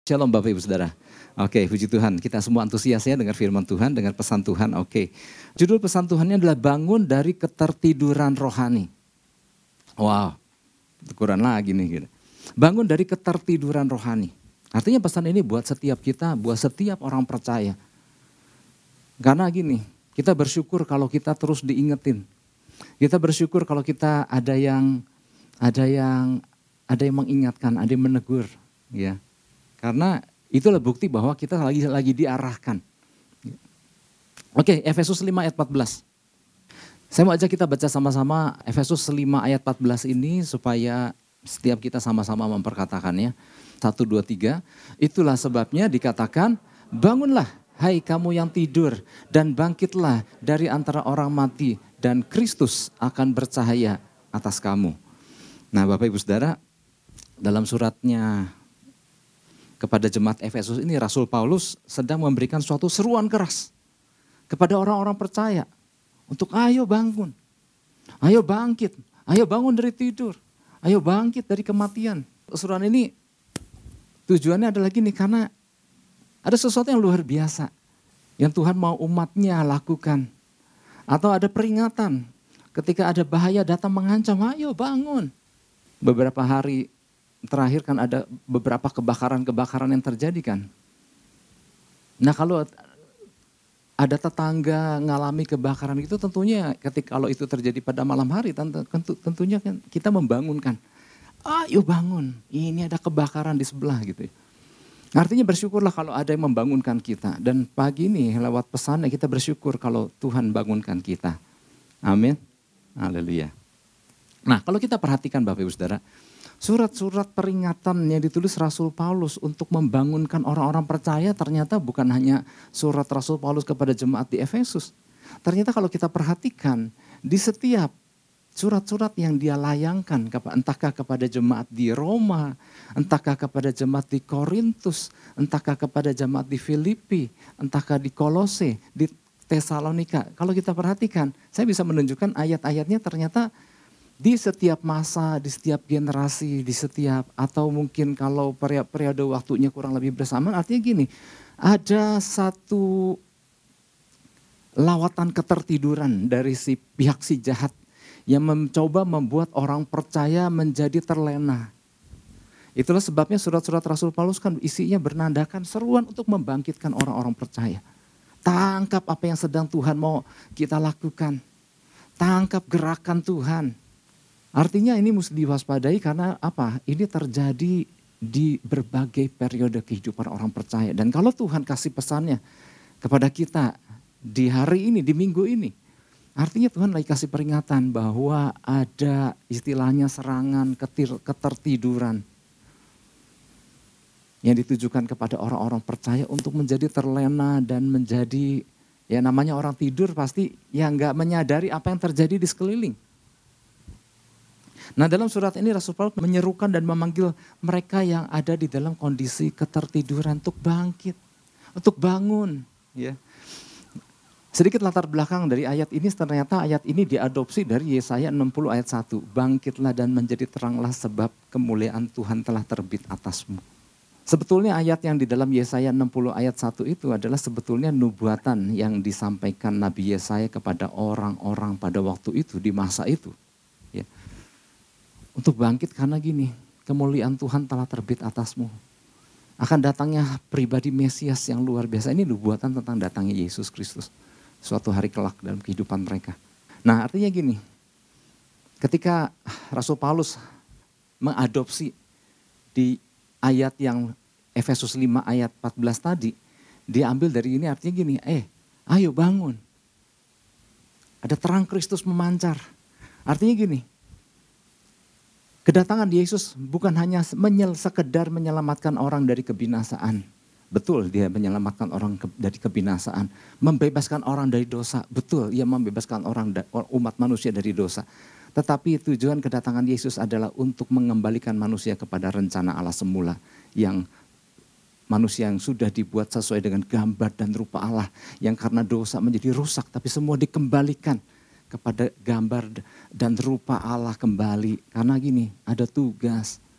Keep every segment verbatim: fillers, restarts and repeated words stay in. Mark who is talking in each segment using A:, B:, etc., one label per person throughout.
A: Shalom Bapak Ibu Saudara. Oke, puji Tuhan. Kita semua antusias ya dengar firman Tuhan, dengar pesan Tuhan. Oke. Judul pesan Tuhannya adalah bangun dari ketertiduran rohani. Wow, kurang lagi nih. Gitu. Bangun dari ketertiduran rohani. Artinya pesan ini buat setiap kita, buat setiap orang percaya. Karena gini, kita bersyukur kalau kita terus diingetin. Kita bersyukur kalau kita ada yang ada yang ada yang mengingatkan, ada yang menegur, ya. Karena itulah bukti bahwa kita lagi lagi diarahkan. Oke, Efesus lima ayat empat belas. Saya mau ajak kita baca sama-sama Efesus lima ayat empat belas ini supaya setiap kita sama-sama memperkatakannya. Satu, dua, tiga. Itulah sebabnya dikatakan, bangunlah hai kamu yang tidur dan bangkitlah dari antara orang mati dan Kristus akan bercahaya atas kamu. Nah Bapak Ibu Saudara, dalam suratnya kepada jemaat Efesus ini Rasul Paulus sedang memberikan suatu seruan keras kepada orang-orang percaya untuk ayo bangun, ayo bangkit, ayo bangun dari tidur, ayo bangkit dari kematian. Seruan ini tujuannya adalah gini, karena ada sesuatu yang luar biasa yang Tuhan mau umatnya lakukan. Atau ada peringatan ketika ada bahaya datang mengancam, ayo bangun. Beberapa hari terakhir kan ada beberapa kebakaran-kebakaran yang terjadi kan. Nah kalau ada tetangga ngalami kebakaran itu tentunya ketika kalau itu terjadi pada malam hari tentu, tentunya kan kita membangunkan. Ayo bangun, ini ada kebakaran di sebelah gitu. Artinya bersyukurlah kalau ada yang membangunkan kita. Dan pagi ini lewat pesannya kita bersyukur kalau Tuhan bangunkan kita. Amin. Haleluya. Nah kalau kita perhatikan Bapak Ibu Saudara, surat-surat peringatan yang ditulis Rasul Paulus untuk membangunkan orang-orang percaya ternyata bukan hanya surat Rasul Paulus kepada jemaat di Efesus. Ternyata kalau kita perhatikan di setiap surat-surat yang dia layangkan, entahkah kepada jemaat di Roma, entahkah kepada jemaat di Korintus, entahkah kepada jemaat di Filipi, entahkah di Kolose, di Tesalonika. Kalau kita perhatikan, saya bisa menunjukkan ayat-ayatnya ternyata di setiap masa, di setiap generasi, di setiap, atau mungkin kalau periode waktunya kurang lebih bersamaan, artinya gini, ada satu lawatan ketertiduran dari si pihak si jahat yang mencoba membuat orang percaya menjadi terlena. Itulah sebabnya surat-surat Rasul Paulus kan isinya bernandakan seruan untuk membangkitkan orang-orang percaya. Tangkap apa yang sedang Tuhan mau kita lakukan. Tangkap gerakan Tuhan. Artinya ini mesti diwaspadai karena apa? Ini terjadi di berbagai periode kehidupan orang percaya. Dan kalau Tuhan kasih pesannya kepada kita di hari ini, di minggu ini. Artinya Tuhan lagi kasih peringatan bahwa ada istilahnya serangan ketir, ketertiduran. Yang ditujukan kepada orang-orang percaya untuk menjadi terlena dan menjadi, ya namanya orang tidur pasti yang gak menyadari apa yang terjadi di sekeliling. Nah dalam surat ini Rasul Paulus menyerukan dan memanggil mereka yang ada di dalam kondisi ketertiduran untuk bangkit, untuk bangun. Ya. Sedikit latar belakang dari ayat ini, ternyata ayat ini diadopsi dari Yesaya enam puluh ayat satu. Bangkitlah dan menjadi teranglah sebab kemuliaan Tuhan telah terbit atasmu. Sebetulnya ayat yang di dalam Yesaya enam puluh ayat satu itu adalah sebetulnya nubuatan yang disampaikan Nabi Yesaya kepada orang-orang pada waktu itu, di masa itu. Ya. Untuk bangkit karena gini, kemuliaan Tuhan telah terbit atasmu. Akan datangnya pribadi Mesias yang luar biasa. Ini nubuatan tentang datangnya Yesus Kristus. Suatu hari kelak dalam kehidupan mereka. Nah artinya gini, ketika Rasul Paulus mengadopsi di ayat yang Efesus lima ayat empat belas tadi, dia ambil dari ini artinya gini, eh ayo bangun. Ada terang Kristus memancar. Artinya gini, kedatangan Yesus bukan hanya menyel, sekedar menyelamatkan orang dari kebinasaan. Betul dia menyelamatkan orang ke, dari kebinasaan. Membebaskan orang dari dosa. Betul ia membebaskan orang umat manusia dari dosa. Tetapi tujuan kedatangan Yesus adalah untuk mengembalikan manusia kepada rencana Allah semula. Yang manusia yang sudah dibuat sesuai dengan gambar dan rupa Allah. Yang karena dosa menjadi rusak tapi semua dikembalikan kepada gambar dan rupa Allah kembali. Karena gini ada tugas.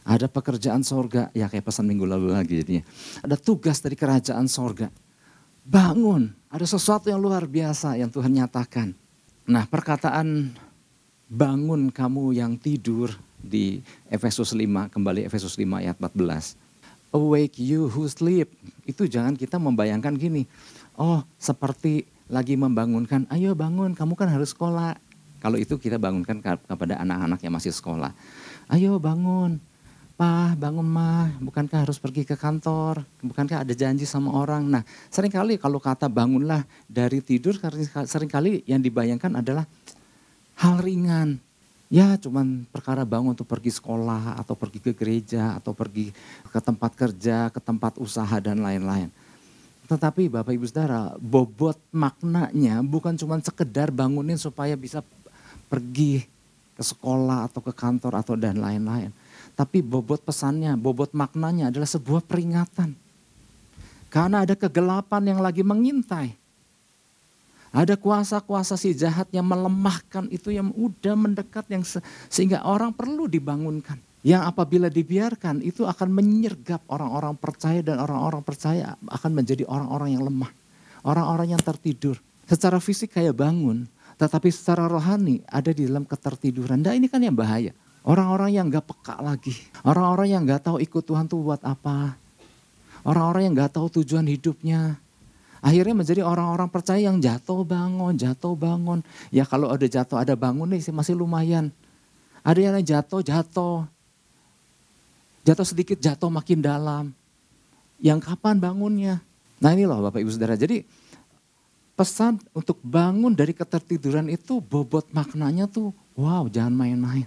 A: Ada pekerjaan sorga, ya kayak pesan minggu lalu lagi jadinya. Ada tugas dari kerajaan sorga. Bangun, ada sesuatu yang luar biasa yang Tuhan nyatakan. Nah, perkataan bangun kamu yang tidur di Efesus lima, kembali Efesus lima ayat empat belas. Awake you who sleep, itu jangan kita membayangkan gini. Oh, seperti lagi membangunkan, ayo bangun, kamu kan harus sekolah. Kalau itu kita bangunkan kepada anak-anak yang masih sekolah. Ayo bangun. Pa, bangun mah, bukankah harus pergi ke kantor, bukankah ada janji sama orang. Nah, seringkali kalau kata bangunlah dari tidur, seringkali yang dibayangkan adalah hal ringan. Ya cuman perkara bangun untuk pergi sekolah, atau pergi ke gereja, atau pergi ke tempat kerja, ke tempat usaha dan lain-lain. Tetapi Bapak Ibu Saudara, bobot maknanya bukan cuma sekedar bangunin supaya bisa pergi ke sekolah atau ke kantor atau dan lain-lain. Tapi bobot pesannya, bobot maknanya adalah sebuah peringatan. Karena ada kegelapan yang lagi mengintai. Ada kuasa-kuasa si jahat yang melemahkan itu yang udah mendekat yang se- sehingga orang perlu dibangunkan. Yang apabila dibiarkan itu akan menyergap orang-orang percaya dan orang-orang percaya akan menjadi orang-orang yang lemah. Orang-orang yang tertidur. Secara fisik kayak bangun, tetapi secara rohani ada di dalam ketertiduran. Nah ini kan yang bahaya. Orang-orang yang gak peka lagi. Orang-orang yang gak tahu ikut Tuhan tuh buat apa. Orang-orang yang gak tahu tujuan hidupnya. Akhirnya menjadi orang-orang percaya yang jatuh bangun, jatuh bangun. Ya kalau ada jatuh ada bangun nih masih lumayan. Ada yang jatuh, jatuh. Jatuh sedikit, jatuh makin dalam. Yang kapan bangunnya? Nah ini loh Bapak Ibu Saudara. Jadi pesan untuk bangun dari ketertiduran itu bobot maknanya tuh wow jangan main-main.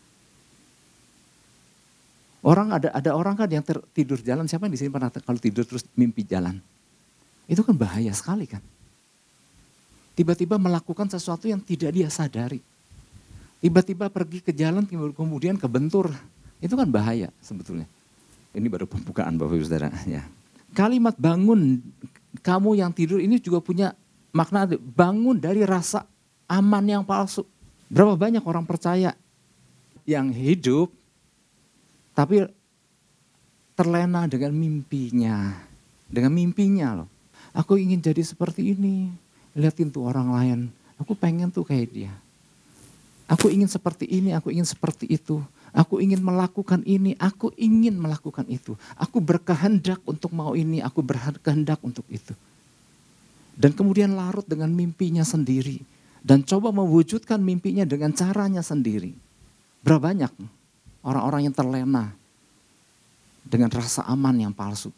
A: Orang ada ada orang kan yang tidur jalan, siapa yang di sini pernah kalau tidur terus mimpi jalan? Itu kan bahaya sekali kan. Tiba-tiba melakukan sesuatu yang tidak dia sadari. Tiba-tiba pergi ke jalan kemudian kebentur. Itu kan bahaya sebetulnya. Ini baru pembukaan Bapak Ibu Saudara ya. Kalimat bangun kamu yang tidur ini juga punya makna bangun dari rasa aman yang palsu. Berapa banyak orang percaya yang hidup tapi terlena dengan mimpinya. Dengan mimpinya loh. Aku ingin jadi seperti ini. Lihatin tuh orang lain. Aku pengen tuh kayak dia. Aku ingin seperti ini, aku ingin seperti itu. Aku ingin melakukan ini, aku ingin melakukan itu. Aku berkehendak untuk mau ini, aku berkehendak untuk itu. Dan kemudian larut dengan mimpinya sendiri. Dan coba mewujudkan mimpinya dengan caranya sendiri. Berapa banyak orang-orang yang terlena dengan rasa aman yang palsu.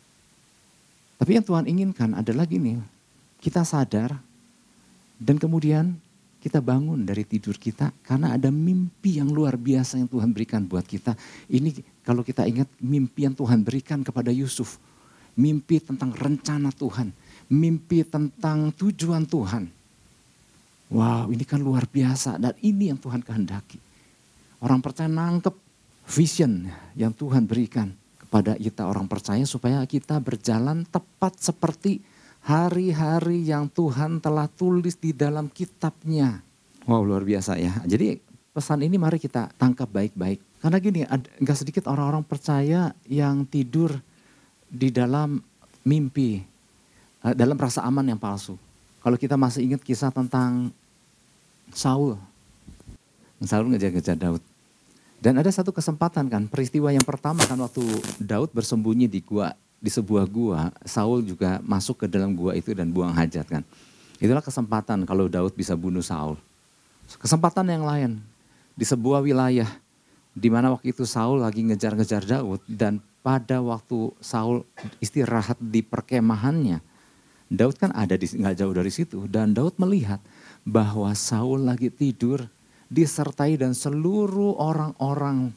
A: Tapi yang Tuhan inginkan adalah gini, kita sadar dan kemudian kita bangun dari tidur kita karena ada mimpi yang luar biasa yang Tuhan berikan buat kita. Ini kalau kita ingat mimpi yang Tuhan berikan kepada Yusuf. Mimpi tentang rencana Tuhan, mimpi tentang tujuan Tuhan. Wow, ini kan luar biasa dan ini yang Tuhan kehendaki. Orang percaya nangkep vision yang Tuhan berikan kepada kita orang percaya supaya kita berjalan tepat seperti hari-hari yang Tuhan telah tulis di dalam kitabnya. Wow luar biasa ya. Jadi pesan ini mari kita tangkap baik-baik. Karena gini gak sedikit orang-orang percaya yang tidur di dalam mimpi. Dalam rasa aman yang palsu. Kalau kita masih ingat kisah tentang Saul. Saul ngejar-ngejar Daud. Dan ada satu kesempatan kan, peristiwa yang pertama kan waktu Daud bersembunyi di gua, di sebuah gua, Saul juga masuk ke dalam gua itu dan buang hajat kan. Itulah kesempatan kalau Daud bisa bunuh Saul. Kesempatan yang lain, di sebuah wilayah, di mana waktu itu Saul lagi ngejar-ngejar Daud dan pada waktu Saul istirahat di perkemahannya, Daud kan ada di nggak jauh dari situ dan Daud melihat bahwa Saul lagi tidur disertai dan seluruh orang-orang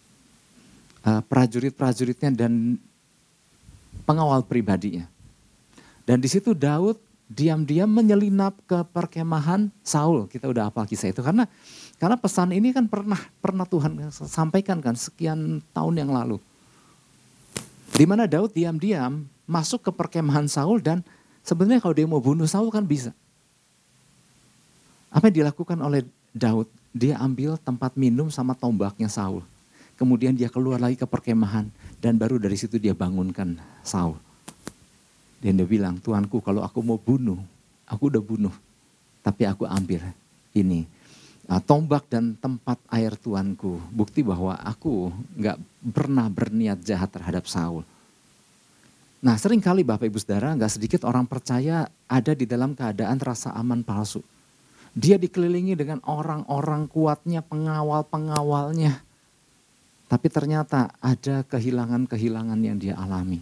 A: uh, prajurit-prajuritnya dan pengawal pribadinya. Dan di situ Daud diam-diam menyelinap ke perkemahan Saul. Kita udah hafal kisah itu karena karena pesan ini kan pernah pernah Tuhan sampaikan kan sekian tahun yang lalu. Di mana Daud diam-diam masuk ke perkemahan Saul dan sebenarnya kalau dia mau bunuh Saul kan bisa. Apa yang dilakukan oleh Daud? Dia ambil tempat minum sama tombaknya Saul. Kemudian dia keluar lagi ke perkemahan dan baru dari situ dia bangunkan Saul. Dan dia bilang, Tuanku kalau aku mau bunuh, aku udah bunuh. Tapi aku ambil ini, uh, tombak dan tempat air Tuanku. Bukti bahwa aku gak pernah berniat jahat terhadap Saul. Nah seringkali Bapak Ibu Saudara, gak sedikit orang percaya ada di dalam keadaan rasa aman palsu. Dia dikelilingi dengan orang-orang kuatnya, pengawal-pengawalnya. Tapi ternyata ada kehilangan-kehilangan yang dia alami.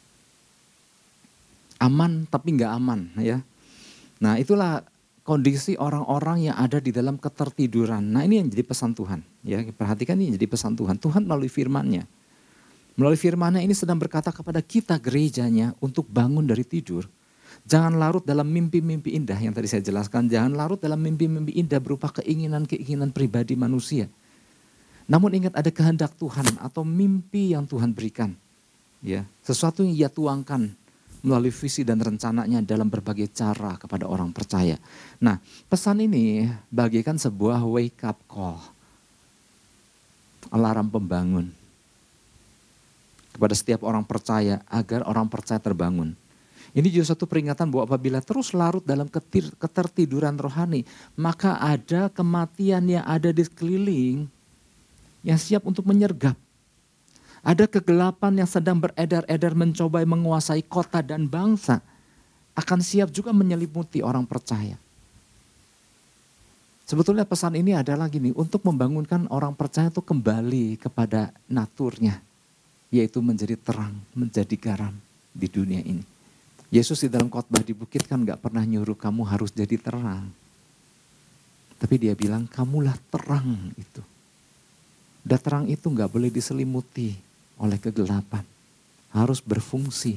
A: Aman tapi gak aman ya. Nah itulah kondisi orang-orang yang ada di dalam ketertiduran. Nah ini yang jadi pesan Tuhan. Ya, perhatikan ini jadi pesan Tuhan. Tuhan melalui firman-Nya. Melalui firman-Nya ini sedang berkata kepada kita gerejanya untuk bangun dari tidur. Jangan larut dalam mimpi-mimpi indah yang tadi saya jelaskan. Jangan larut dalam mimpi-mimpi indah berupa keinginan-keinginan pribadi manusia. Namun ingat ada kehendak Tuhan atau mimpi yang Tuhan berikan. Ya, sesuatu yang ia tuangkan melalui visi dan rencananya dalam berbagai cara kepada orang percaya. Nah, pesan ini bagikan sebuah wake up call. Alarm pembangun. Kepada setiap orang percaya agar orang percaya terbangun. Ini juga satu peringatan bahwa apabila terus larut dalam ketir, ketertiduran rohani, maka ada kematian yang ada di sekeliling yang siap untuk menyergap. Ada kegelapan yang sedang beredar-edar mencoba menguasai kota dan bangsa. Akan siap juga menyelimuti orang percaya. Sebetulnya pesan ini adalah gini, untuk membangunkan orang percaya itu kembali kepada naturnya. Yaitu menjadi terang, menjadi garam di dunia ini. Yesus di dalam khotbah di bukit kan gak pernah nyuruh kamu harus jadi terang. Tapi dia bilang kamulah terang itu. Dan terang itu gak boleh diselimuti oleh kegelapan. Harus berfungsi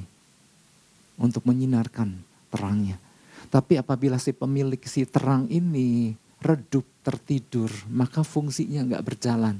A: untuk menyinarkan terangnya. Tapi apabila si pemilik si terang ini redup, tertidur, maka fungsinya gak berjalan.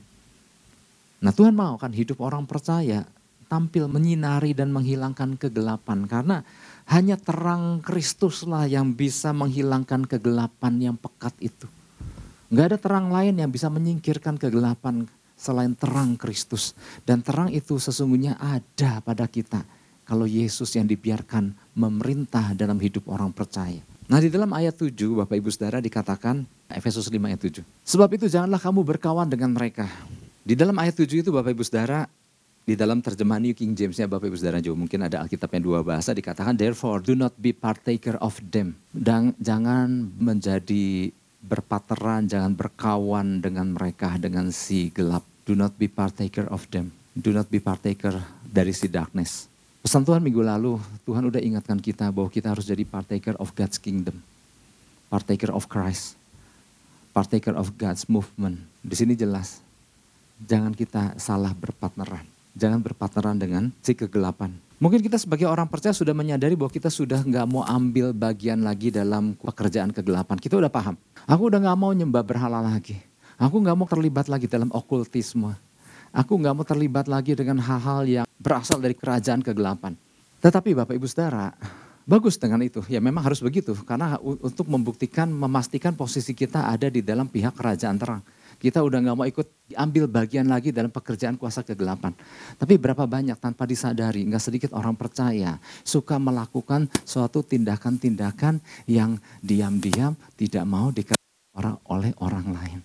A: Nah Tuhan mau kan hidup orang percaya tampil menyinari dan menghilangkan kegelapan. Karena hanya terang Kristuslah yang bisa menghilangkan kegelapan yang pekat itu. Gak ada terang lain yang bisa menyingkirkan kegelapan selain terang Kristus. Dan terang itu sesungguhnya ada pada kita. Kalau Yesus yang dibiarkan memerintah dalam hidup orang percaya. Nah di dalam ayat tujuh Bapak Ibu Saudara dikatakan, Efesus lima ayat tujuh. Sebab itu janganlah kamu berkawan dengan mereka. Di dalam ayat tujuh itu Bapak Ibu Saudara, di dalam terjemahan New King James-nya Bapak Ibu Saudara juga mungkin ada Alkitabnya dua bahasa dikatakan, therefore do not be partaker of them. Dan jangan menjadi berpateran, jangan berkawan dengan mereka, dengan si gelap. Do not be partaker of them. Do not be partaker dari si darkness. Pesan Tuhan minggu lalu, Tuhan udah ingatkan kita bahwa kita harus jadi partaker of God's kingdom. Partaker of Christ. Partaker of God's movement. Di sini jelas, jangan kita salah berpartneran. Jangan berpartneran dengan si kegelapan. Mungkin kita sebagai orang percaya sudah menyadari bahwa kita sudah gak mau ambil bagian lagi dalam pekerjaan kegelapan. Kita udah paham. Aku udah gak mau nyembah berhala lagi. Aku gak mau terlibat lagi dalam okultisme. Aku gak mau terlibat lagi dengan hal-hal yang berasal dari kerajaan kegelapan. Tetapi Bapak Ibu Saudara, bagus dengan itu. Ya memang harus begitu. Karena untuk membuktikan, memastikan posisi kita ada di dalam pihak kerajaan terang. Kita udah gak mau ikut ambil bagian lagi dalam pekerjaan kuasa kegelapan. Tapi berapa banyak tanpa disadari, gak sedikit orang percaya suka melakukan suatu tindakan-tindakan yang diam-diam tidak mau diketahui oleh orang lain.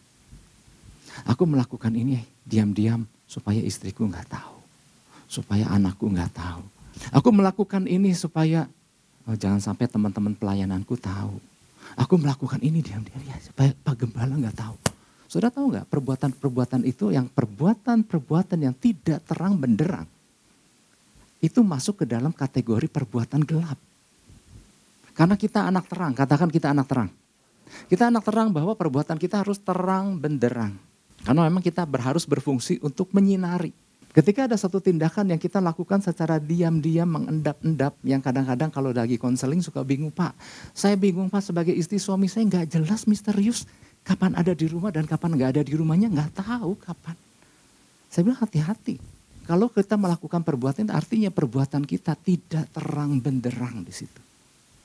A: Aku melakukan ini diam-diam supaya istriku gak tahu. Supaya anakku gak tahu. Aku melakukan ini supaya oh, jangan sampai teman-teman pelayananku tahu. Aku melakukan ini diam-diam ya, supaya Pak Gembala gak tahu. Saudara tahu gak perbuatan-perbuatan itu yang perbuatan-perbuatan yang tidak terang benderang. Itu masuk ke dalam kategori perbuatan gelap. Karena kita anak terang, katakan kita anak terang. Kita anak terang bahwa perbuatan kita harus terang benderang. Karena memang kita harus berfungsi untuk menyinari. Ketika ada satu tindakan yang kita lakukan secara diam-diam mengendap-endap. Yang kadang-kadang kalau lagi konseling suka bingung, Pak. Saya bingung Pak sebagai istri suami saya gak jelas misterius. Kapan ada di rumah dan kapan gak ada di rumahnya gak tahu kapan. Saya bilang hati-hati. Kalau kita melakukan perbuatan itu artinya perbuatan kita tidak terang benderang di situ.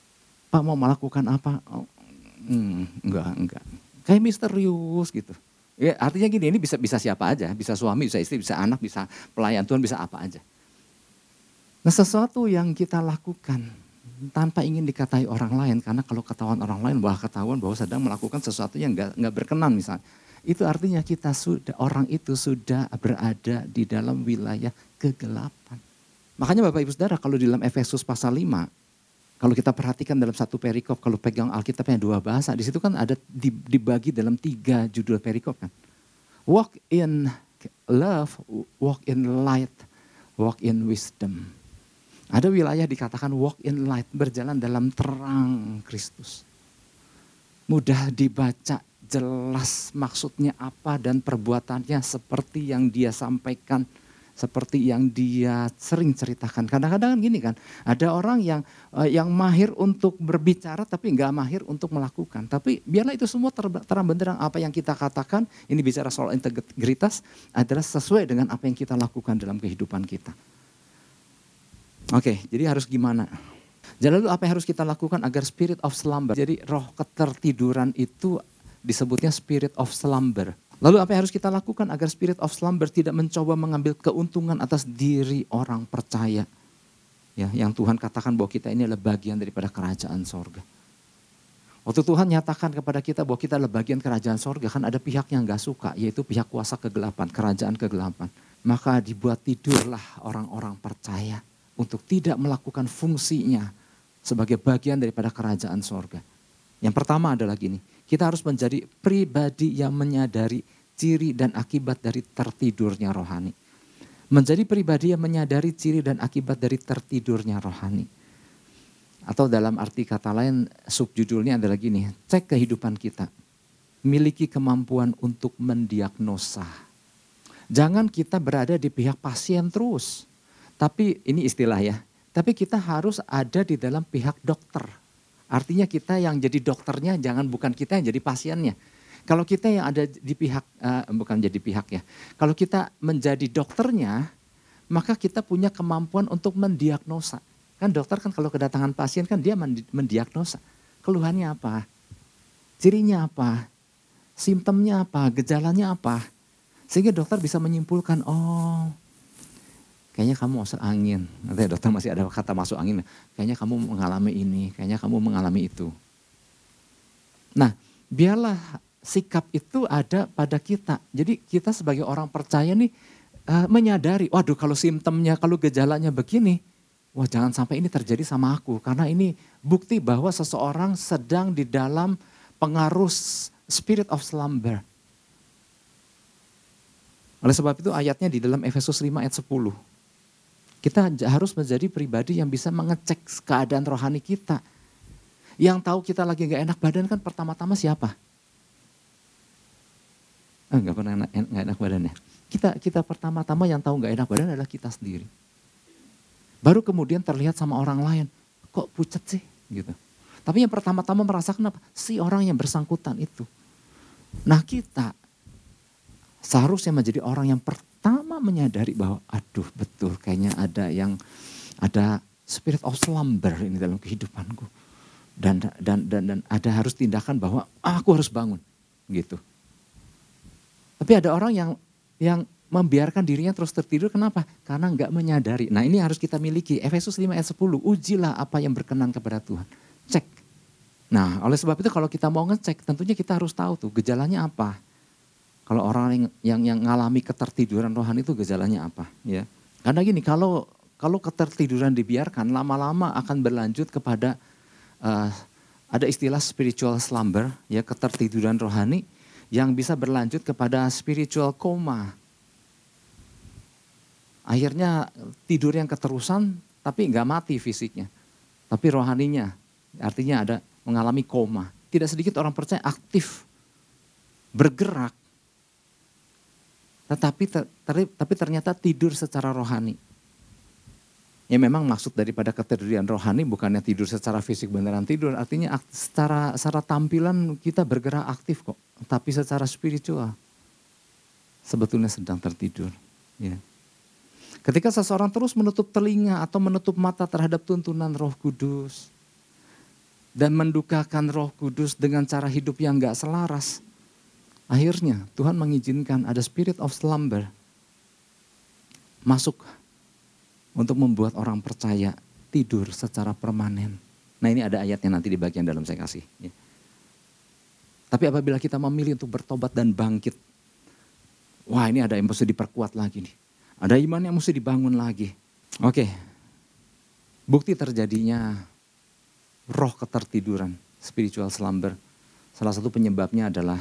A: Pak mau melakukan apa? Oh, hmm, enggak, enggak. Kayak misterius gitu. Ya, artinya gini, ini bisa bisa siapa aja, bisa suami, bisa istri, bisa anak, bisa pelayan Tuhan, bisa apa aja. Nah, sesuatu yang kita lakukan tanpa ingin dikatai orang lain, karena kalau ketahuan orang lain bahwa ketahuan bahwa sedang melakukan sesuatu yang nggak nggak berkenan misalnya. Itu artinya kita sudah, orang itu sudah berada di dalam wilayah kegelapan. Makanya Bapak Ibu Saudara, kalau di dalam Efesus pasal lima, kalau kita perhatikan dalam satu perikop, kalau pegang Alkitabnya dua bahasa, di situ kan ada dibagi dalam tiga judul perikop kan. Walk in love, walk in light, walk in wisdom. Ada wilayah dikatakan walk in light, berjalan dalam terang Kristus. Mudah dibaca, jelas maksudnya apa dan perbuatannya seperti yang dia sampaikan, seperti yang dia sering ceritakan. Kadang-kadang gini kan, ada orang yang uh, yang mahir untuk berbicara tapi nggak mahir untuk melakukan. Tapi biarlah itu semua ter- terang benderang apa yang kita katakan, ini bicara soal integritas, adalah sesuai dengan apa yang kita lakukan dalam kehidupan kita. Oke, jadi harus gimana? Jadi lalu apa yang harus kita lakukan agar spirit of slumber, jadi roh ketertiduran itu disebutnya spirit of slumber. Lalu apa yang harus kita lakukan agar spirit of slumber tidak mencoba mengambil keuntungan atas diri orang percaya. Ya, yang Tuhan katakan bahwa kita ini adalah bagian daripada kerajaan sorga. Waktu Tuhan nyatakan kepada kita bahwa kita adalah bagian kerajaan sorga, kan ada pihak yang gak suka, yaitu pihak kuasa kegelapan, kerajaan kegelapan. Maka dibuat tidurlah orang-orang percaya untuk tidak melakukan fungsinya sebagai bagian daripada kerajaan sorga. Yang pertama adalah gini, kita harus menjadi pribadi yang menyadari ciri dan akibat dari tertidurnya rohani. Menjadi pribadi yang menyadari ciri dan akibat dari tertidurnya rohani. Atau dalam arti kata lain, subjudulnya adalah gini, cek kehidupan kita. Miliki kemampuan untuk mendiagnosa. Jangan kita berada di pihak pasien terus. Tapi ini istilah ya, tapi kita harus ada di dalam pihak dokter. Artinya kita yang jadi dokternya, jangan bukan kita yang jadi pasiennya. Kalau kita yang ada di pihak, uh, bukan jadi pihak ya. Kalau kita menjadi dokternya, maka kita punya kemampuan untuk mendiagnosa. Kan dokter kan kalau kedatangan pasien kan dia mendiagnosa. Keluhannya apa? Cirinya apa? Simptomnya apa? Gejalanya apa? Sehingga dokter bisa menyimpulkan, oh kayaknya kamu masuk angin. Nanti dokter masih ada kata masuk angin. Kayaknya kamu mengalami ini, kayaknya kamu mengalami itu. Nah, biarlah sikap itu ada pada kita. Jadi kita sebagai orang percaya nih uh, menyadari, waduh kalau simptomnya, kalau gejalanya begini, wah jangan sampai ini terjadi sama aku. Karena ini bukti bahwa seseorang sedang di dalam pengaruh spirit of slumber. Oleh sebab itu ayatnya di dalam Efesus lima ayat sepuluh. Kita harus menjadi pribadi yang bisa mengecek keadaan rohani kita. Yang tahu kita lagi gak enak badan kan pertama-tama siapa? Eh, gak pernah enak, gak enak badannya. Kita, kita pertama-tama yang tahu gak enak badan adalah kita sendiri. Baru kemudian terlihat sama orang lain. Kok pucat sih? Gitu. Tapi yang pertama-tama merasakan apa? Si orang yang bersangkutan itu. Nah kita seharusnya menjadi orang yang pertama menyadari bahwa aduh betul kayaknya ada yang ada spirit of slumber ini dalam kehidupanku. Dan dan dan dan ada harus tindakan bahwa ah, aku harus bangun gitu. Tapi ada orang yang yang membiarkan dirinya terus tertidur, kenapa? Karena enggak menyadari. Nah, ini harus kita miliki. Efesus lima ayat sepuluh, ujilah apa yang berkenan kepada Tuhan. Cek. Nah, oleh sebab itu kalau kita mau ngecek, tentunya kita harus tahu tuh gejalanya apa. Kalau orang yang, yang yang ngalami ketertiduran rohani itu gejalanya apa, ya? Karena gini, kalau kalau ketertiduran dibiarkan, lama-lama akan berlanjut kepada uh, ada istilah spiritual slumber, ya, ketertiduran rohani yang bisa berlanjut kepada spiritual coma. Akhirnya tidur yang keterusan, tapi nggak mati fisiknya, tapi rohaninya, artinya ada mengalami koma. Tidak sedikit orang percaya aktif, bergerak. Tetapi ter, ter, tapi ternyata tidur secara rohani. Ya memang maksud daripada ketertiduran rohani bukannya tidur secara fisik beneran tidur. Artinya secara, secara tampilan kita bergerak aktif kok. Tapi secara spiritual sebetulnya sedang tertidur. Ya. Ketika seseorang terus menutup telinga atau menutup mata terhadap tuntunan Roh Kudus. Dan mendukakan Roh Kudus dengan cara hidup yang gak selaras. Akhirnya Tuhan mengizinkan ada spirit of slumber masuk untuk membuat orang percaya tidur secara permanen. Nah ini ada ayatnya nanti di bagian dalam saya kasih. Ya. Tapi apabila kita memilih untuk bertobat dan bangkit, wah ini ada yang mesti diperkuat lagi nih. Ada iman yang mesti dibangun lagi. Oke, bukti terjadinya roh ketertiduran, spiritual slumber. Salah satu penyebabnya adalah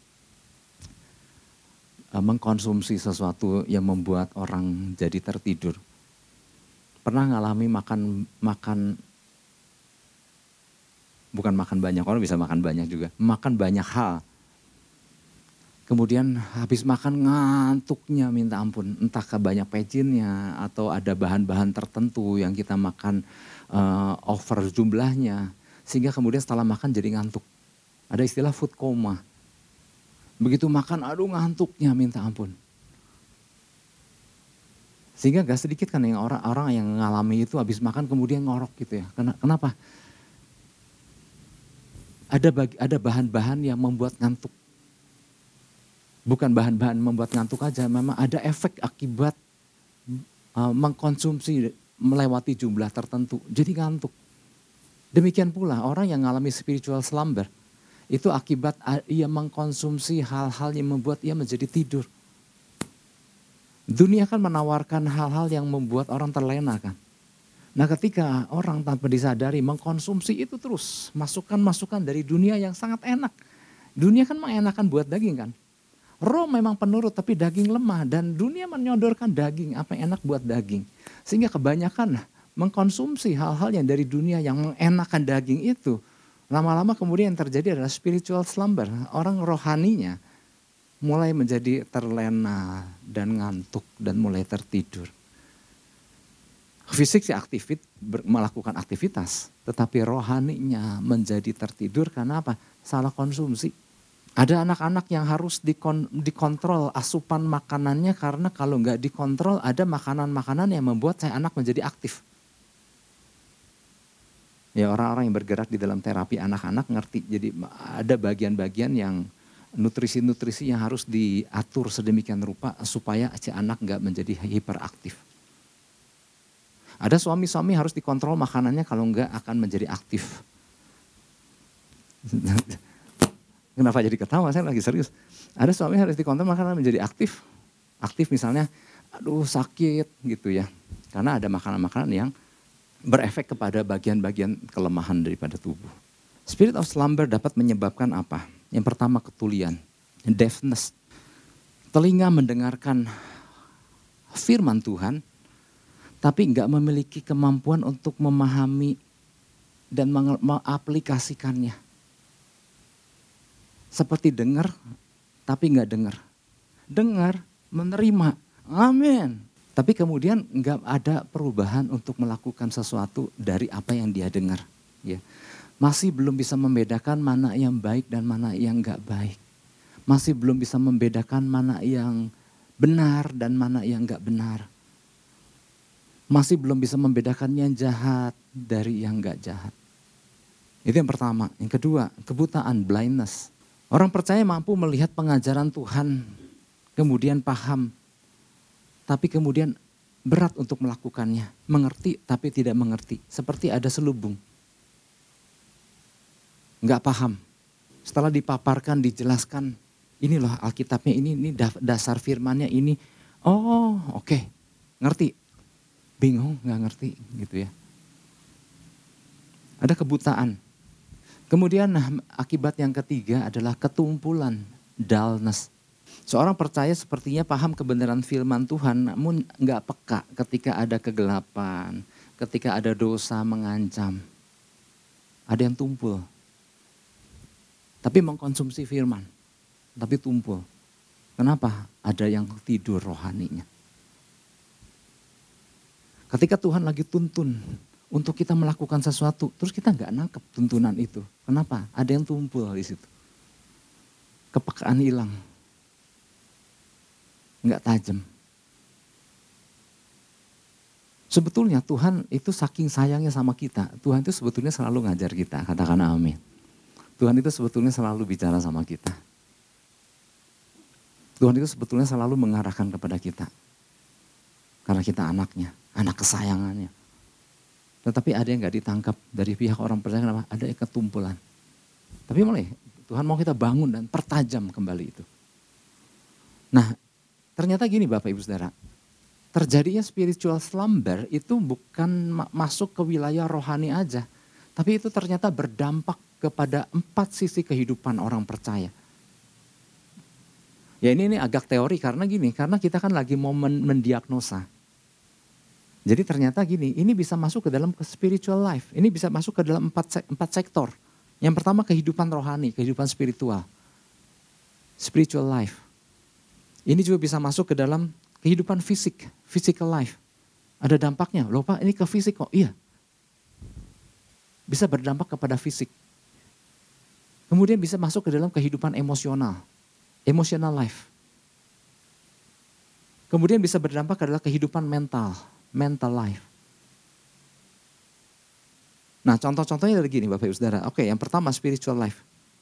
A: mengkonsumsi sesuatu yang membuat orang jadi tertidur. Pernah ngalami makan makan bukan makan banyak, orang bisa makan banyak juga, makan banyak hal. Kemudian habis makan ngantuknya minta ampun, entah ke banyak pecinnya atau ada bahan-bahan tertentu yang kita makan uh, over jumlahnya, sehingga kemudian setelah makan jadi ngantuk. Ada istilah food coma. Begitu makan, aduh ngantuknya minta ampun. Sehingga gak sedikit kan yang orang-orang yang ngalami itu habis makan kemudian ngorok gitu ya. Kenapa? Ada bagi, ada bahan-bahan yang membuat ngantuk. Bukan bahan-bahan membuat ngantuk aja, memang ada efek akibat uh, mengkonsumsi melewati jumlah tertentu. Jadi ngantuk. Demikian pula orang yang mengalami spiritual slumber, itu akibat ia mengkonsumsi hal-hal yang membuat ia menjadi tidur. Dunia kan menawarkan hal-hal yang membuat orang terlena kan. Nah ketika orang tanpa disadari mengkonsumsi itu terus, masukan-masukan dari dunia yang sangat enak. Dunia kan mengenakan buat daging kan. Roh memang penurut tapi daging lemah dan dunia menyodorkan daging, apa yang enak buat daging. Sehingga kebanyakan mengkonsumsi hal-hal yang dari dunia yang mengenakan daging itu. Lama-lama kemudian yang terjadi adalah spiritual slumber. Orang rohaninya mulai menjadi terlena dan ngantuk dan mulai tertidur. Fisik sih aktif, melakukan aktivitas. Tetapi rohaninya menjadi tertidur karena apa? Salah konsumsi. Ada anak-anak yang harus dikon, dikontrol asupan makanannya karena kalau nggak dikontrol ada makanan-makanan yang membuat saya anak menjadi aktif. Ya orang-orang yang bergerak di dalam terapi anak-anak ngerti. Jadi ada bagian-bagian yang nutrisi-nutrisi yang harus diatur sedemikian rupa supaya si anak nggak menjadi hiperaktif. Ada suami-suami harus dikontrol makanannya kalau nggak akan menjadi aktif. Kenapa jadi ketawa? Saya lagi serius. Ada suami harus dikontrol makanan menjadi aktif. Aktif misalnya, aduh sakit gitu ya. Karena ada makanan-makanan yang berefek kepada bagian-bagian kelemahan daripada tubuh. Spirit of slumber dapat menyebabkan apa? Yang pertama ketulian, deafness. Telinga mendengarkan firman Tuhan, tapi enggak memiliki kemampuan untuk memahami dan mengaplikasikannya. Seperti dengar, tapi enggak dengar. Dengar, menerima, amin. Tapi kemudian enggak ada perubahan untuk melakukan sesuatu dari apa yang dia dengar. Ya. Masih belum bisa membedakan mana yang baik dan mana yang enggak baik. Masih belum bisa membedakan mana yang benar dan mana yang enggak benar. Masih belum bisa membedakan yang jahat dari yang enggak jahat. Itu yang pertama. Yang kedua, kebutaan, blindness. Orang percaya mampu melihat pengajaran Tuhan, kemudian paham, tapi kemudian berat untuk melakukannya. Mengerti tapi tidak mengerti, seperti ada selubung. Enggak paham. Setelah dipaparkan, dijelaskan, ini loh Alkitabnya, ini, ini dasar firmannya ini. Oh oke, okay. Ngerti. Bingung, enggak ngerti gitu ya. Ada kebutaan. Kemudian akibat yang ketiga adalah ketumpulan, dullness. Seorang percaya sepertinya paham kebenaran firman Tuhan namun enggak peka ketika ada kegelapan, ketika ada dosa mengancam. Ada yang tumpul. Tapi mengkonsumsi firman, tapi tumpul. Kenapa? Ada yang tidur rohaninya. Ketika Tuhan lagi tuntun untuk kita melakukan sesuatu, terus kita nggak nangkep tuntunan itu. Kenapa? Ada yang tumpul di situ. Kepekaan hilang. Nggak tajam. Sebetulnya Tuhan itu saking sayangnya sama kita. Tuhan itu sebetulnya selalu ngajar kita. Katakan amin. Tuhan itu sebetulnya selalu bicara sama kita. Tuhan itu sebetulnya selalu mengarahkan kepada kita. Karena kita anaknya, anak kesayangannya. Tetapi ada yang gak ditangkap dari pihak orang percaya, kenapa? Ada ketumpulan. Tapi mulai Tuhan mau kita bangun dan pertajam kembali itu. Nah ternyata gini Bapak Ibu Saudara. Terjadinya spiritual slumber itu bukan masuk ke wilayah rohani aja. Tapi itu ternyata berdampak kepada empat sisi kehidupan orang percaya. Ya ini, ini agak teori karena gini, karena kita kan lagi mau mendiagnosa. Jadi ternyata gini, ini bisa masuk ke dalam spiritual life. Ini bisa masuk ke dalam empat, empat sektor. Yang pertama kehidupan rohani, kehidupan spiritual. Spiritual life. Ini juga bisa masuk ke dalam kehidupan fisik, physical life. Ada dampaknya, loh Pak ini ke fisik kok, iya. Bisa berdampak kepada fisik. Kemudian bisa masuk ke dalam kehidupan emosional, emotional life. Kemudian bisa berdampak adalah kehidupan mental, mental life. Nah contoh-contohnya dari gini Bapak Ibu Saudara. Oke yang pertama spiritual life.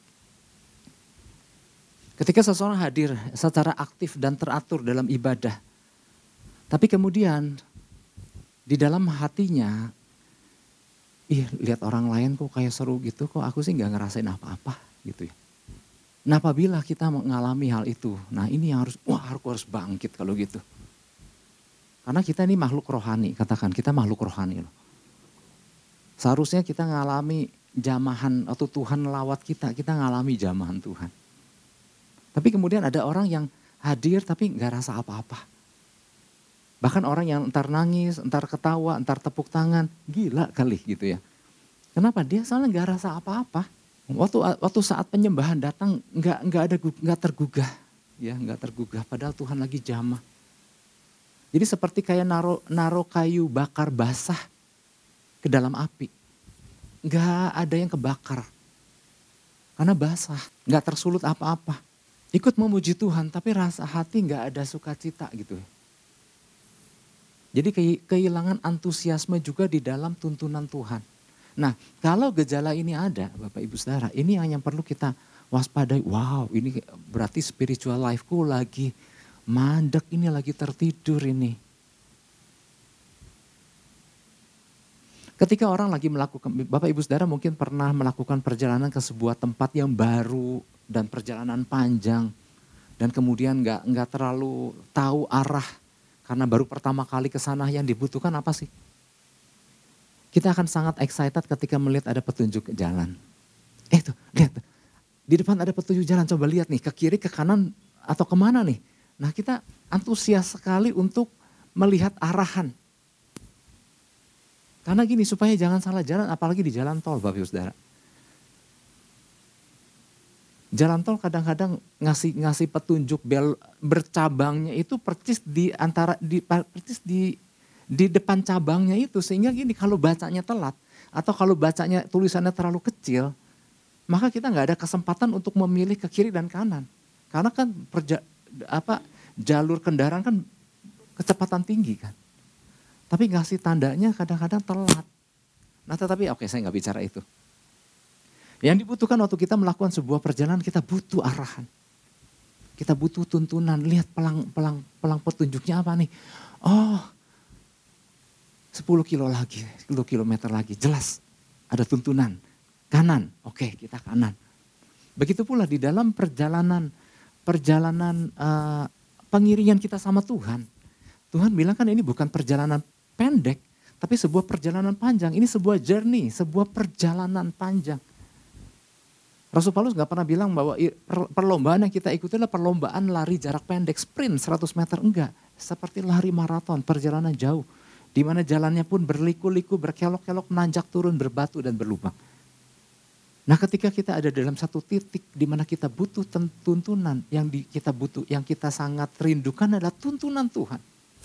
A: Ketika seseorang hadir secara aktif dan teratur dalam ibadah. Tapi kemudian di dalam hatinya, ih lihat orang lain kok kayak seru gitu, kok aku sih gak ngerasain apa-apa gitu ya. Nah apabila kita mengalami hal itu, nah ini yang harus, wah aku harus bangkit kalau gitu. Karena kita ini makhluk rohani, katakan kita makhluk rohani loh. Seharusnya kita ngalami jamahan atau Tuhan lawat kita, kita ngalami jamahan Tuhan. Tapi kemudian ada orang yang hadir tapi gak rasa apa-apa. Bahkan orang yang entar nangis, entar ketawa, entar tepuk tangan, gila kali gitu ya. Kenapa? Dia soalnya gak rasa apa-apa. Waktu waktu saat penyembahan datang nggak nggak ada nggak tergugah, ya nggak tergugah. Padahal Tuhan lagi jamah. Jadi seperti kayak naro naro kayu bakar basah ke dalam api, nggak ada yang kebakar karena basah, nggak tersulut apa-apa. Ikut memuji Tuhan tapi rasa hati nggak ada sukacita gitu. Jadi kehilangan antusiasme juga di dalam tuntunan Tuhan. Nah kalau gejala ini ada Bapak Ibu Saudara, ini yang perlu kita waspadai. Wow ini berarti spiritual life-ku lagi mandek, ini lagi tertidur ini. Ketika orang lagi melakukan, Bapak Ibu Saudara mungkin pernah melakukan perjalanan ke sebuah tempat yang baru dan perjalanan panjang. Dan kemudian gak, gak terlalu tahu arah karena baru pertama kali ke sana, yang dibutuhkan apa sih? Kita akan sangat excited ketika melihat ada petunjuk jalan. Eh tuh, lihat tuh. Di depan ada petunjuk jalan, coba lihat nih, ke kiri, ke kanan, atau kemana nih. Nah kita antusias sekali untuk melihat arahan. Karena gini, supaya jangan salah jalan, apalagi di jalan tol Bapak Ibu Saudara. Jalan tol kadang-kadang ngasih ngasih petunjuk bel bercabangnya itu persis di antara, di, persis di di depan cabangnya itu, sehingga gini kalau bacanya telat atau kalau bacanya tulisannya terlalu kecil, maka kita nggak ada kesempatan untuk memilih ke kiri dan kanan, karena kan perja, apa jalur kendaraan kan kecepatan tinggi kan, tapi ngasih tandanya kadang-kadang telat. Nah tetapi oke okay, saya nggak bicara itu. Yang dibutuhkan waktu kita melakukan sebuah perjalanan, kita butuh arahan, kita butuh tuntunan. Lihat pelang pelang pelang petunjuknya apa nih? Oh sepuluh kilo lagi, sepuluh kilometer lagi, jelas ada tuntunan. Kanan, oke kita kanan. Begitu pula di dalam perjalanan perjalanan uh, pengiringan kita sama Tuhan. Tuhan bilang kan ini bukan perjalanan pendek, tapi sebuah perjalanan panjang. Ini sebuah journey, sebuah perjalanan panjang. Rasul Paulus gak pernah bilang bahwa perlombaan yang kita ikuti adalah perlombaan lari jarak pendek, sprint seratus meter, enggak. Seperti lari maraton, perjalanan jauh. Di mana jalannya pun berliku-liku, berkelok-kelok, nanjak turun, berbatu dan berlubang. Nah ketika kita ada dalam satu titik di mana kita butuh tuntunan, yang di, kita butuh, yang kita sangat rindukan adalah tuntunan Tuhan.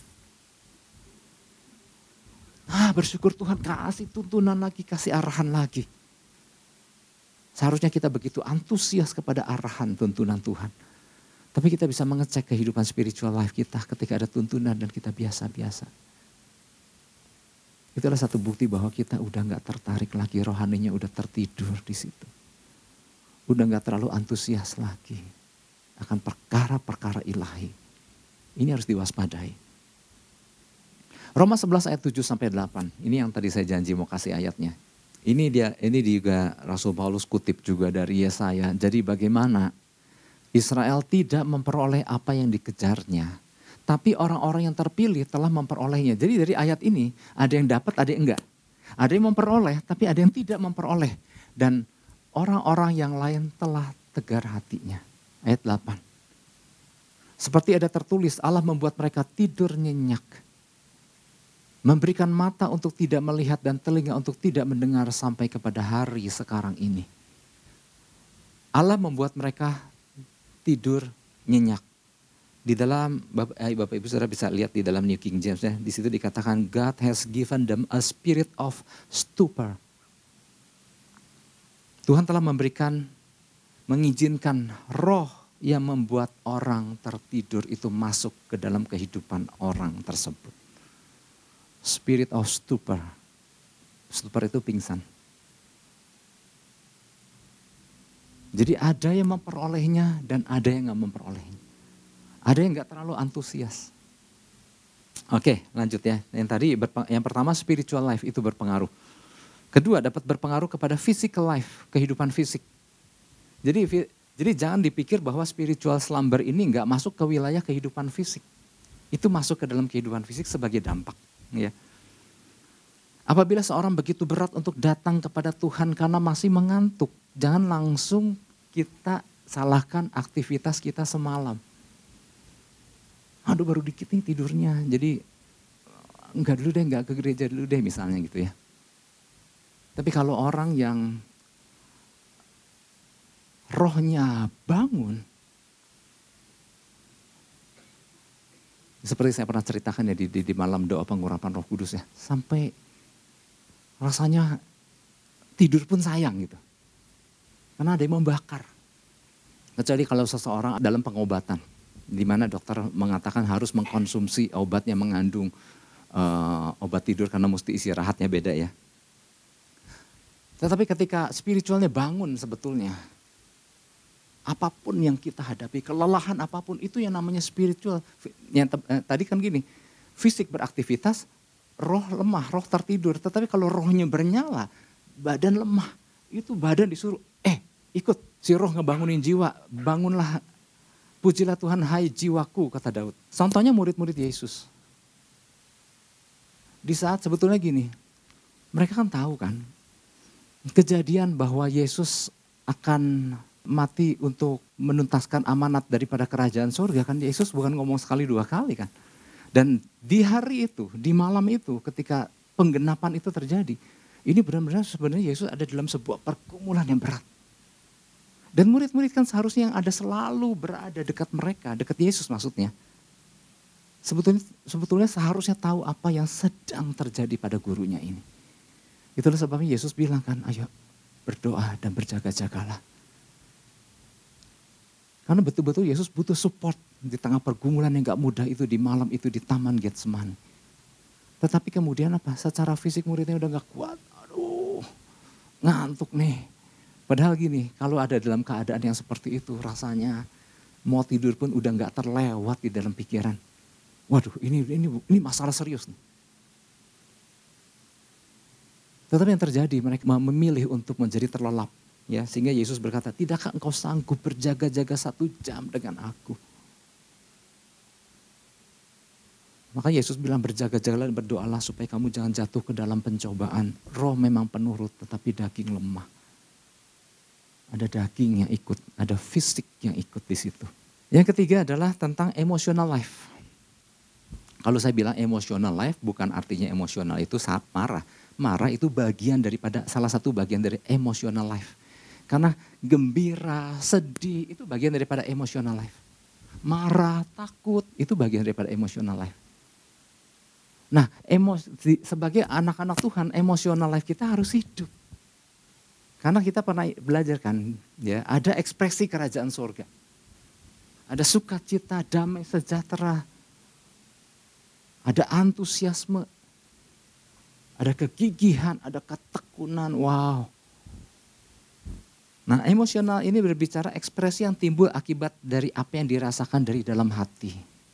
A: Ah bersyukur Tuhan kasih tuntunan lagi, kasih arahan lagi. Seharusnya kita begitu antusias kepada arahan tuntunan Tuhan. Tapi kita bisa mengecek kehidupan spiritual life kita ketika ada tuntunan dan kita biasa-biasa. Itulah satu bukti bahwa kita udah gak tertarik lagi, rohaninya udah tertidur di situ. Udah gak terlalu antusias lagi. akan perkara-perkara ilahi. Ini harus diwaspadai. Roma sebelas ayat tujuh sampai delapan. Ini yang tadi saya janji mau kasih ayatnya. Ini dia ini juga Rasul Paulus kutip juga dari Yesaya. Jadi bagaimana Israel tidak memperoleh apa yang dikejarnya, tapi orang-orang yang terpilih telah memperolehnya. Jadi dari ayat ini ada yang dapat, ada yang enggak. Ada yang memperoleh, tapi ada yang tidak memperoleh. Dan orang-orang yang lain telah tegar hatinya. Ayat delapan. Seperti ada tertulis, Allah membuat mereka tidur nyenyak. Memberikan mata untuk tidak melihat dan telinga untuk tidak mendengar sampai kepada hari sekarang ini. Allah membuat mereka tidur nyenyak. Di dalam, Bapak, eh, Bapak Ibu Saudara bisa lihat di dalam New King James ya. Di situ dikatakan God has given them a spirit of stupor. Tuhan telah memberikan, mengizinkan roh yang membuat orang tertidur itu masuk ke dalam kehidupan orang tersebut. Spirit of stupor. Stupor itu pingsan. Jadi ada yang memperolehnya dan ada yang gak memperolehnya. Ada yang gak terlalu antusias. Oke lanjut ya. Yang tadi yang pertama spiritual life itu berpengaruh. Kedua dapat berpengaruh kepada physical life, kehidupan fisik. Jadi Jadi jangan dipikir bahwa spiritual slumber ini nggak masuk ke wilayah kehidupan fisik. Itu masuk ke dalam kehidupan fisik sebagai dampak. Ya. Apabila seorang begitu berat untuk datang kepada Tuhan karena masih mengantuk, jangan langsung kita salahkan aktivitas kita semalam. Aduh baru dikit nih tidurnya, jadi enggak dulu deh, enggak ke gereja dulu deh misalnya gitu ya. Tapi kalau orang yang rohnya bangun. Seperti saya pernah ceritakan ya di, di, di malam doa pengurapan Roh Kudus ya. Sampai rasanya tidur pun sayang gitu. Karena ada yang membakar. Kecuali kalau seseorang dalam pengobatan. Di mana dokter mengatakan harus mengkonsumsi obat yang mengandung uh, obat tidur karena mesti istirahatnya beda ya. Tetapi ketika spiritualnya bangun sebetulnya. Apapun yang kita hadapi, kelelahan apapun itu yang namanya spiritual. Yang eh, tadi kan gini, fisik beraktivitas, roh lemah, roh tertidur. Tetapi kalau rohnya bernyala, badan lemah. Itu badan disuruh, eh ikut si roh ngebangunin jiwa. Bangunlah, pujilah Tuhan hai jiwaku, kata Daud. Contohnya murid-murid Yesus. Di saat sebetulnya gini, mereka kan tahu kan, kejadian bahwa Yesus akan mati untuk menuntaskan amanat daripada kerajaan surga kan. Yesus bukan ngomong sekali dua kali kan. Dan di hari itu, di malam itu ketika penggenapan itu terjadi. Ini benar-benar sebenarnya Yesus ada dalam sebuah pergumulan yang berat. Dan murid-murid kan seharusnya yang ada selalu berada dekat mereka, dekat Yesus maksudnya. Sebetulnya, sebetulnya seharusnya tahu apa yang sedang terjadi pada gurunya ini. Itulah sebabnya Yesus bilang kan, ayo berdoa dan berjaga-jagalah. Karena betul-betul Yesus butuh support di tengah pergumulan yang gak mudah itu di malam itu di Taman Getsemani. Tetapi kemudian apa? Secara fisik muridnya udah gak kuat. Aduh, ngantuk nih. Padahal gini, kalau ada dalam keadaan yang seperti itu rasanya mau tidur pun udah gak terlewat di dalam pikiran. Waduh, ini ini ini masalah serius nih. Tetapi yang terjadi mereka memilih untuk menjadi terlelap. Ya, sehingga Yesus berkata, tidakkah engkau sanggup berjaga-jaga satu jam dengan aku? Maka Yesus bilang berjaga-jagalah dan berdoalah supaya kamu jangan jatuh ke dalam pencobaan. Roh memang penurut tetapi daging lemah. Ada daging yang ikut, ada fisik yang ikut di situ. Yang ketiga adalah tentang emotional life. Kalau saya bilang emotional life bukan artinya emosional itu saat marah. Marah itu bagian daripada, salah satu bagian dari emotional life. Karena gembira, sedih itu bagian daripada emotional life. Marah, takut itu bagian daripada emotional life. Nah, emosi, sebagai anak-anak Tuhan, emotional life kita harus hidup. Karena kita pernah belajar kan, ya, ada ekspresi kerajaan surga. Ada sukacita, damai, sejahtera. Ada antusiasme. Ada kegigihan, ada ketekunan, wow. Nah, emosional ini berbicara ekspresi yang timbul akibat dari apa yang dirasakan dari dalam hati.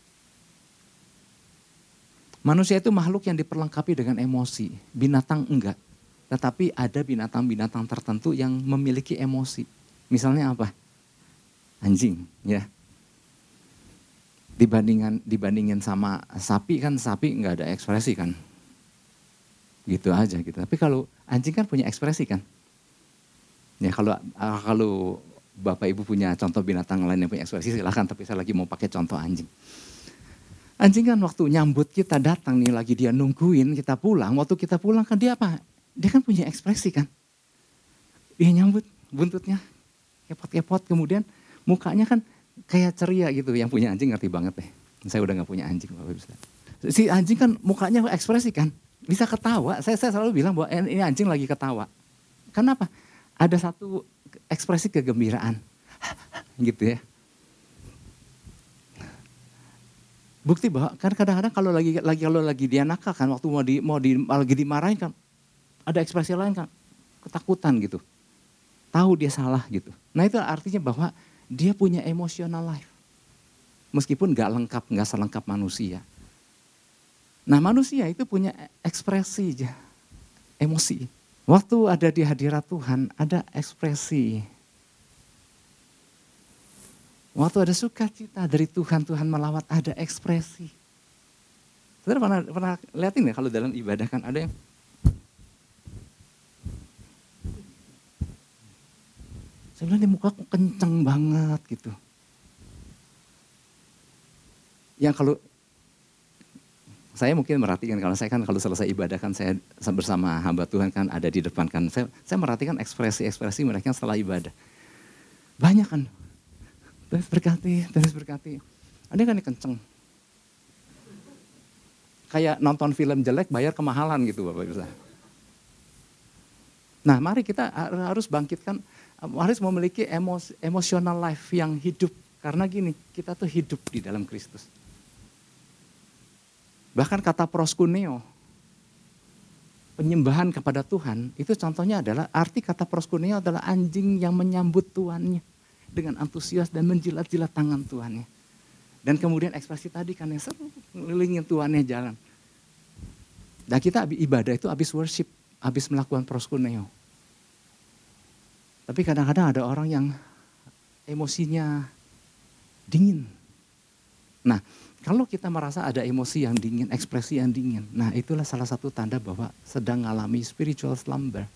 A: Manusia itu makhluk yang diperlengkapi dengan emosi, binatang enggak. Tetapi ada binatang-binatang tertentu yang memiliki emosi. Misalnya apa? Anjing, ya. Dibandingkan dibandingin sama sapi kan, sapi enggak ada ekspresi kan. Gitu aja gitu. Tapi kalau anjing kan punya ekspresi kan. Ya kalau kalau Bapak Ibu punya contoh binatang lain yang punya ekspresi silahkan. Tapi saya lagi mau pakai contoh anjing. Anjing kan waktu nyambut kita datang nih lagi dia nungguin kita pulang. Waktu kita pulang kan dia apa? Dia kan punya ekspresi kan. Dia nyambut buntutnya kepot-kepot kemudian mukanya kan kayak ceria gitu. Yang punya anjing ngerti banget deh. Saya udah gak punya anjing. Si anjing kan mukanya ekspresi kan. Bisa ketawa. Saya, saya selalu bilang bahwa ini anjing lagi ketawa. Kenapa? Ada satu ekspresi kegembiraan. Gitu ya. Bukti bahwa kan kadang-kadang kalau lagi lagi kalau lagi dia nakal kan waktu mau di mau di lagi dimarahin kan ada ekspresi lain kan ketakutan gitu. Tahu dia salah gitu. Nah itu artinya bahwa dia punya emotional life. Meskipun nggak lengkap, nggak selengkap manusia. Nah manusia itu punya ekspresi, emosi. Waktu ada di hadirat Tuhan ada ekspresi. Waktu ada sukacita dari Tuhan, Tuhan melawat ada ekspresi. Saudara pernah, pernah lihatin ya kalau dalam ibadah kan ada yang saya bilang di muka kenceng banget gitu. Yang kalau saya mungkin merhatikan kalau saya kan kalau selesai ibadah kan saya bersama hamba Tuhan kan ada di depan kan. Saya, saya merhatikan ekspresi-ekspresi mereka setelah ibadah. Banyak kan. Terus berkati, terus berkati. Ada kan yang kenceng. Kayak nonton film jelek bayar kemahalan gitu Bapak Ibu. Nah mari kita harus bangkitkan, harus memiliki emos, emotional life yang hidup. Karena gini, kita tuh hidup di dalam Kristus. Bahkan kata proskuneo, penyembahan kepada Tuhan, itu contohnya adalah, arti kata proskuneo adalah anjing yang menyambut tuannya. Dengan antusias dan menjilat-jilat tangan tuannya. Dan kemudian ekspresi tadi kan yang seru, ngelilingin tuannya jalan. Dan kita ibadah itu habis worship, habis melakukan proskuneo. Tapi kadang-kadang ada orang yang emosinya dingin. Nah, kalau kita merasa ada emosi yang dingin, ekspresi yang dingin, nah itulah salah satu tanda bahwa sedang mengalami spiritual slumber.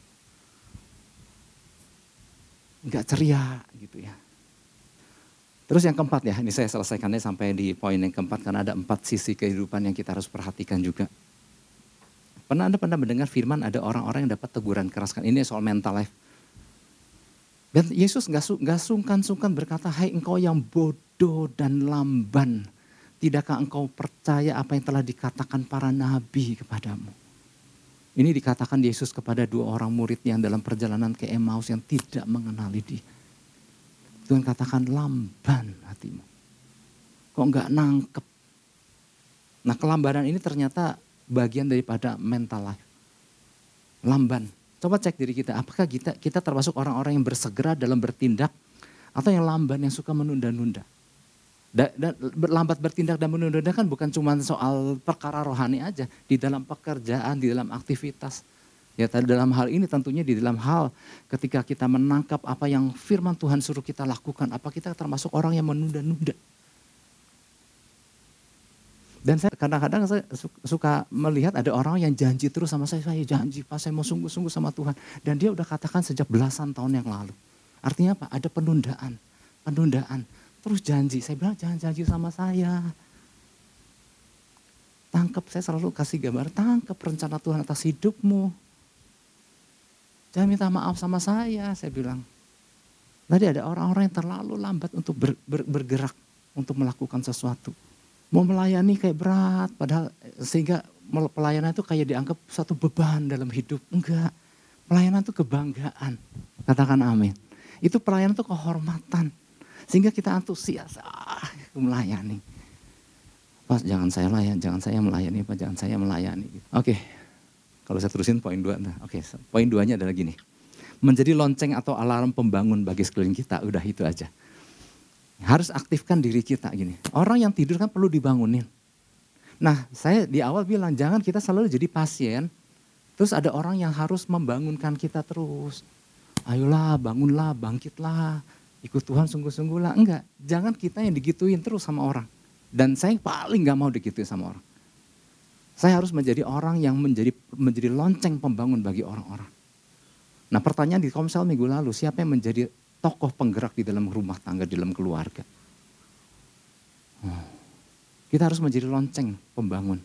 A: Enggak ceria gitu ya. Terus yang keempat ya, ini saya selesaikannya sampai di poin yang keempat karena ada empat sisi kehidupan yang kita harus perhatikan juga. Pernah Anda pernah mendengar firman ada orang-orang yang dapat teguran keras kan? Ini soal mental life. Dan Yesus gak sungkan-sungkan berkata, hai engkau yang bodoh dan lamban. Tidakkah engkau percaya apa yang telah dikatakan para nabi kepadamu? Ini dikatakan Yesus kepada dua orang murid yang dalam perjalanan ke Emmaus yang tidak mengenali dia. Tuhan katakan lamban hatimu. Kok enggak nangkep? Nah kelambanan ini ternyata bagian daripada mental life. Lamban. Coba cek diri kita, apakah kita kita termasuk orang-orang yang bersegera dalam bertindak atau yang lamban yang suka menunda-nunda? Dan, dan lambat bertindak dan menunda-nunda kan bukan cuma soal perkara rohani aja. Di dalam pekerjaan, di dalam aktivitas. Ya dalam hal ini tentunya di dalam hal ketika kita menangkap apa yang firman Tuhan suruh kita lakukan. Apa kita termasuk orang yang menunda-nunda. Dan saya kadang-kadang saya suka melihat ada orang yang janji terus sama saya. Saya janji Pak saya mau sungguh-sungguh sama Tuhan. Dan dia udah katakan sejak belasan tahun yang lalu. Artinya apa? Ada penundaan. Penundaan. Terus janji. Saya bilang jangan janji sama saya. Tangkap, saya selalu kasih gambar. Tangkap rencana Tuhan atas hidupmu. Jangan minta maaf sama saya, saya bilang. Tadi ada orang-orang yang terlalu lambat untuk ber, ber, bergerak, untuk melakukan sesuatu. Mau melayani kayak berat, padahal sehingga pelayanan itu kayak dianggap satu beban dalam hidup. Enggak, pelayanan itu kebanggaan. Katakan amin. Itu pelayanan itu kehormatan. Sehingga kita antusias, ah, melayani. Pas jangan saya layan, jangan saya melayani, Pak, jangan saya melayani. Oke. Okay. Kalau saya terusin poin dua, nah, oke, okay, poin duanya adalah gini. Menjadi lonceng atau alarm pembangun bagi sekeliling kita, udah itu aja. Harus aktifkan diri kita gini. Orang yang tidur kan perlu dibangunin. Nah saya di awal bilang jangan kita selalu jadi pasien. Terus ada orang yang harus membangunkan kita terus. Ayolah bangunlah, bangkitlah. Ikut Tuhan sungguh-sungguhlah. Enggak, jangan kita yang digituin terus sama orang. Dan saya paling gak mau digituin sama orang. Saya harus menjadi orang yang menjadi menjadi lonceng pembangun bagi orang-orang. Nah pertanyaan di Komsel minggu lalu, siapa yang menjadi tokoh penggerak di dalam rumah tangga, di dalam keluarga? Oh, kita harus menjadi lonceng pembangun.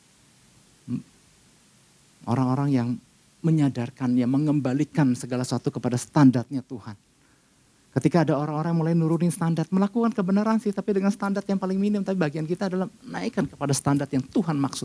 A: Orang-orang yang menyadarkan, yang mengembalikan segala sesuatu kepada standarnya Tuhan. Ketika ada orang-orang mulai nurunin standar, melakukan kebenaran sih, tapi dengan standar yang paling minim. Tapi bagian kita adalah naikkan kepada standar yang Tuhan maksud.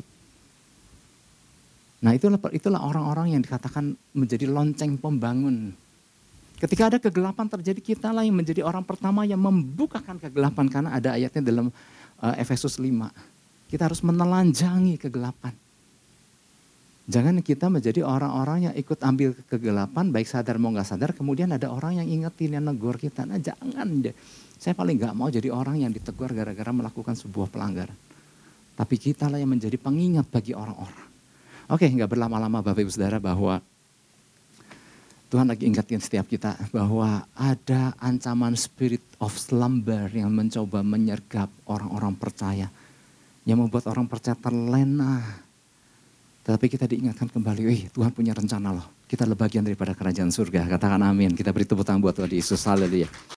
A: Nah itulah itulah orang-orang yang dikatakan menjadi lonceng pembangun. Ketika ada kegelapan terjadi, kita lah yang menjadi orang pertama yang membukakan kegelapan. Karena ada ayatnya dalam uh, Efesus lima. Kita harus menelanjangi kegelapan. Jangan kita menjadi orang-orang yang ikut ambil kegelapan, baik sadar mau gak sadar, kemudian ada orang yang ingetin, yang negur kita. Nah jangan deh, saya paling gak mau jadi orang yang ditegur gara-gara melakukan sebuah pelanggaran. Tapi kita lah yang menjadi pengingat bagi orang-orang. Oke, gak berlama-lama Bapak Ibu Saudara bahwa Tuhan lagi ingatkan setiap kita bahwa ada ancaman spirit of slumber yang mencoba menyergap orang-orang percaya. Yang membuat orang percaya terlena. Tetapi kita diingatkan kembali, wih Tuhan punya rencana loh. Kita adalah bagian daripada kerajaan surga. Katakan amin. Kita beri tepuk tangan buat Tuhan Yesus. Haleluya.